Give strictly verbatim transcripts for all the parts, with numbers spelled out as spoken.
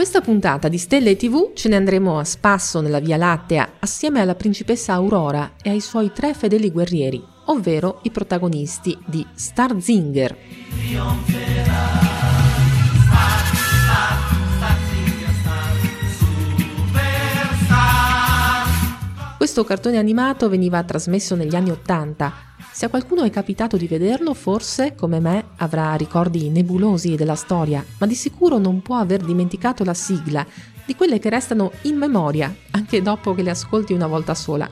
questa puntata di Stelle tivù ce ne andremo a spasso nella Via Lattea assieme alla principessa Aurora e ai suoi tre fedeli guerrieri, ovvero i protagonisti di Starzinger. Questo cartone animato veniva trasmesso negli anni Ottanta. Se a qualcuno è capitato di vederlo, forse, come me, avrà ricordi nebulosi della storia, ma di sicuro non può aver dimenticato la sigla, di quelle che restano in memoria, anche dopo che le ascolti una volta sola.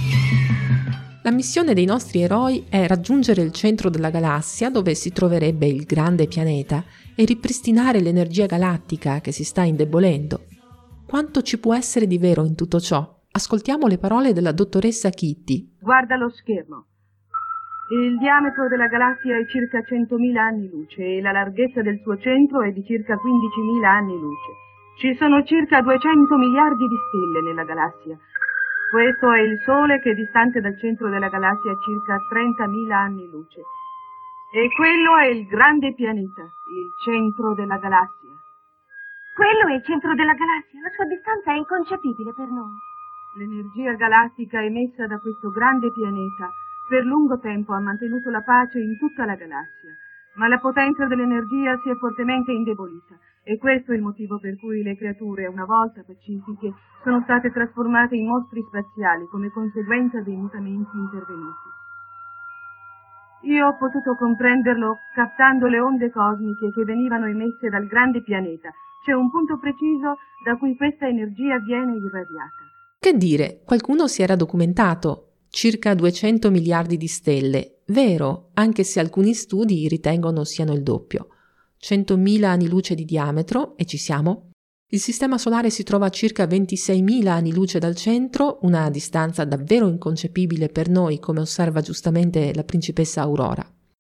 La missione dei nostri eroi è raggiungere il centro della galassia, dove si troverebbe il grande pianeta, e ripristinare l'energia galattica che si sta indebolendo. Quanto ci può essere di vero in tutto ciò? Ascoltiamo le parole della dottoressa Kitty. Guarda lo schermo. Il diametro della galassia è circa centomila anni luce e la larghezza del suo centro è di circa quindicimila anni luce. Ci sono circa duecento miliardi di stelle nella galassia. Questo è il Sole che è distante dal centro della galassia circa trentamila anni luce. E quello è il grande pianeta, il centro della galassia. Quello è il centro della galassia, la sua distanza è inconcepibile per noi. L'energia galattica emessa da questo grande pianeta per lungo tempo ha mantenuto la pace in tutta la galassia, ma la potenza dell'energia si è fortemente indebolita e questo è il motivo per cui le creature, una volta pacifiche, sono state trasformate in mostri spaziali come conseguenza dei mutamenti intervenuti. Io ho potuto comprenderlo captando le onde cosmiche che venivano emesse dal grande pianeta. C'è un punto preciso da cui questa energia viene irradiata. Che dire, qualcuno si era documentato. Circa duecento miliardi di stelle, vero, anche se alcuni studi ritengono siano il doppio. centomila anni luce di diametro, e ci siamo. Il sistema solare si trova a circa ventiseimila anni luce dal centro, una distanza davvero inconcepibile per noi, come osserva giustamente la principessa Aurora.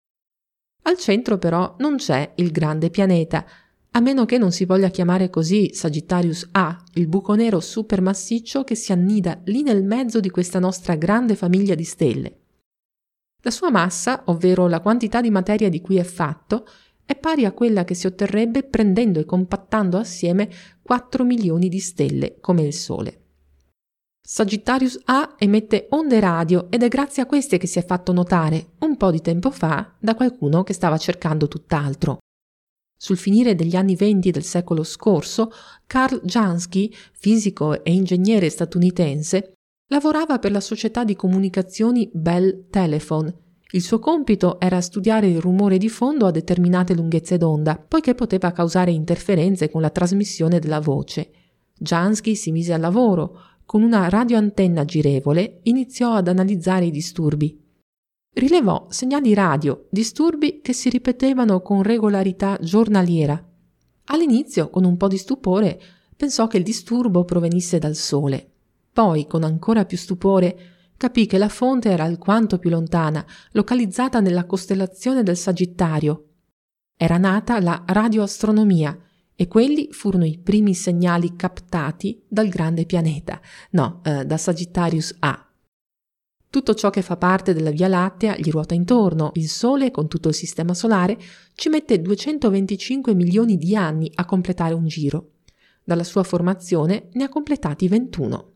Al centro però non c'è il grande pianeta, a meno che non si voglia chiamare così Sagittarius A, il buco nero supermassiccio che si annida lì nel mezzo di questa nostra grande famiglia di stelle. La sua massa, ovvero la quantità di materia di cui è fatto, è pari a quella che si otterrebbe prendendo e compattando assieme quattro milioni di stelle, come il Sole. Sagittarius A emette onde radio ed è grazie a queste che si è fatto notare, un po' di tempo fa, da qualcuno che stava cercando tutt'altro. Sul finire degli anni venti del secolo scorso, Carl Jansky, fisico e ingegnere statunitense, lavorava per la società di comunicazioni Bell Telephone. Il suo compito era studiare il rumore di fondo a determinate lunghezze d'onda, poiché poteva causare interferenze con la trasmissione della voce. Jansky si mise al lavoro. Con una radioantenna girevole iniziò ad analizzare i disturbi. Rilevò segnali radio, disturbi che si ripetevano con regolarità giornaliera. All'inizio, con un po' di stupore, pensò che il disturbo provenisse dal Sole. Poi, con ancora più stupore, capì che la fonte era alquanto più lontana, localizzata nella costellazione del Sagittario. Era nata la radioastronomia e quelli furono i primi segnali captati dal grande pianeta, no, eh, da Sagittarius A. Tutto ciò che fa parte della Via Lattea gli ruota intorno. Il Sole, con tutto il sistema solare, ci mette duecentoventicinque milioni di anni a completare un giro. Dalla sua formazione ne ha completati ventuno.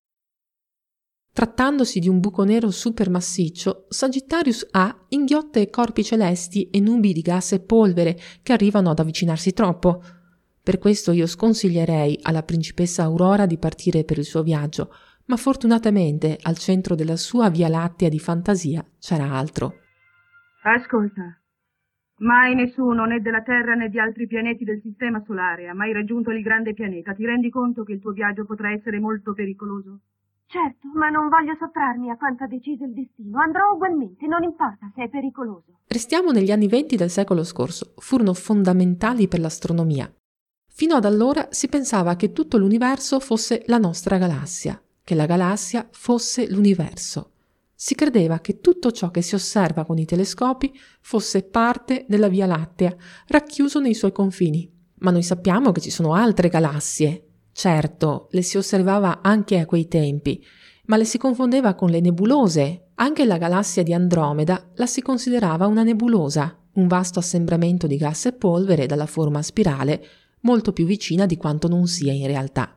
Trattandosi di un buco nero supermassiccio, Sagittarius A inghiotte corpi celesti e nubi di gas e polvere che arrivano ad avvicinarsi troppo. Per questo io sconsiglierei alla principessa Aurora di partire per il suo viaggio, ma fortunatamente al centro della sua Via Lattea di fantasia c'era altro. Ascolta, mai nessuno né della Terra né di altri pianeti del sistema solare ha mai raggiunto il grande pianeta. Ti rendi conto che il tuo viaggio potrà essere molto pericoloso? Certo, ma non voglio sottrarmi a quanto ha deciso il destino. Andrò ugualmente, non importa se è pericoloso. Restiamo negli anni venti del secolo scorso. Furono fondamentali per l'astronomia. Fino ad allora si pensava che tutto l'universo fosse la nostra galassia, che la galassia fosse l'universo. Si credeva che tutto ciò che si osserva con i telescopi fosse parte della Via Lattea, racchiuso nei suoi confini. Ma noi sappiamo che ci sono altre galassie. Certo, le si osservava anche a quei tempi, ma le si confondeva con le nebulose. Anche la galassia di Andromeda la si considerava una nebulosa, un vasto assembramento di gas e polvere dalla forma a spirale, molto più vicina di quanto non sia in realtà.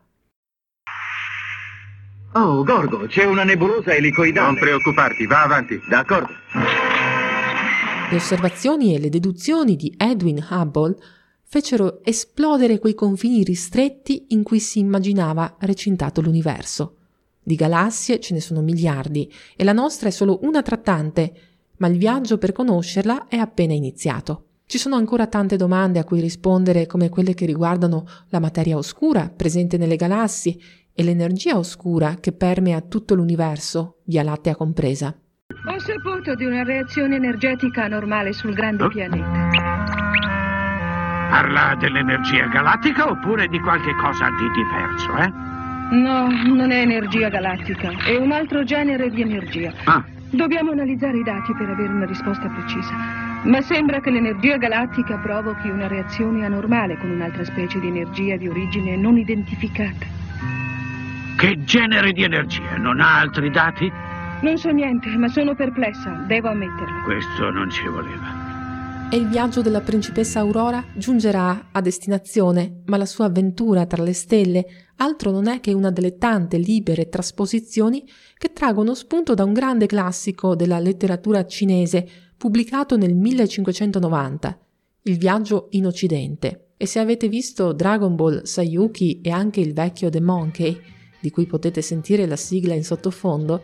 Oh, Gorgo, c'è una nebulosa elicoidale. Non preoccuparti, va avanti. D'accordo. Le osservazioni e le deduzioni di Edwin Hubble fecero esplodere quei confini ristretti in cui si immaginava recintato l'universo. Di galassie ce ne sono miliardi e la nostra è solo una tra tante, ma il viaggio per conoscerla è appena iniziato. Ci sono ancora tante domande a cui rispondere, come quelle che riguardano la materia oscura presente nelle galassie e l'energia oscura che permea tutto l'universo, Via Lattea compresa. Ho saputo di una reazione energetica anormale sul grande Oh. pianeta. Parla dell'energia galattica oppure di qualche cosa di diverso, eh? No, non è energia galattica, è un altro genere di energia. Ah, Dobbiamo analizzare i dati per avere una risposta precisa. Ma sembra che l'energia galattica provochi una reazione anormale con un'altra specie di energia di origine non identificata. che genere di energia? Non ha altri dati? Non so niente, ma sono perplessa, devo ammetterlo. Questo non ci voleva. E il viaggio della principessa Aurora giungerà a destinazione, ma la sua avventura tra le stelle altro non è che una delle tante libere trasposizioni che traggono spunto da un grande classico della letteratura cinese pubblicato nel millecinquecentonovanta, Il viaggio in Occidente. E se avete visto Dragon Ball Saiyuki e anche il vecchio The Monkey, di cui potete sentire la sigla in sottofondo,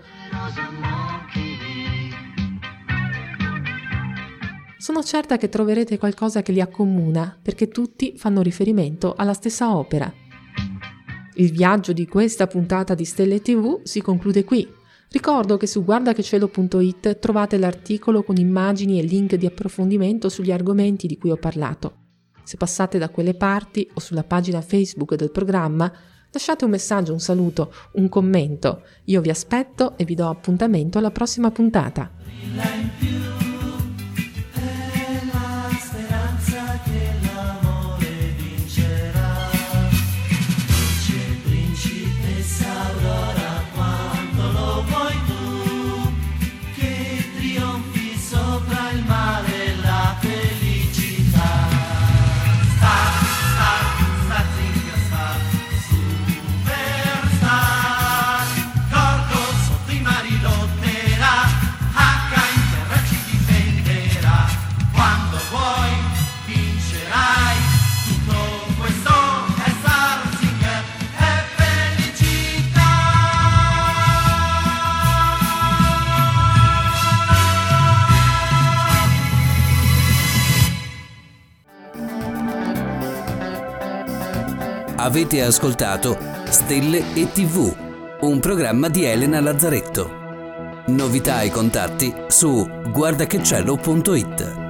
sono certa che troverete qualcosa che li accomuna, perché tutti fanno riferimento alla stessa opera. Il viaggio di questa puntata di Stelle tivù si conclude qui. Ricordo che su guardachecielo punto it trovate l'articolo con immagini e link di approfondimento sugli argomenti di cui ho parlato. Se passate da quelle parti o sulla pagina Facebook del programma, lasciate un messaggio, un saluto, un commento. Io vi aspetto e vi do appuntamento alla prossima puntata. Avete ascoltato Stelle e tivù, un programma di Elena Lazzaretto. Novità e contatti su guardachecielo punto it.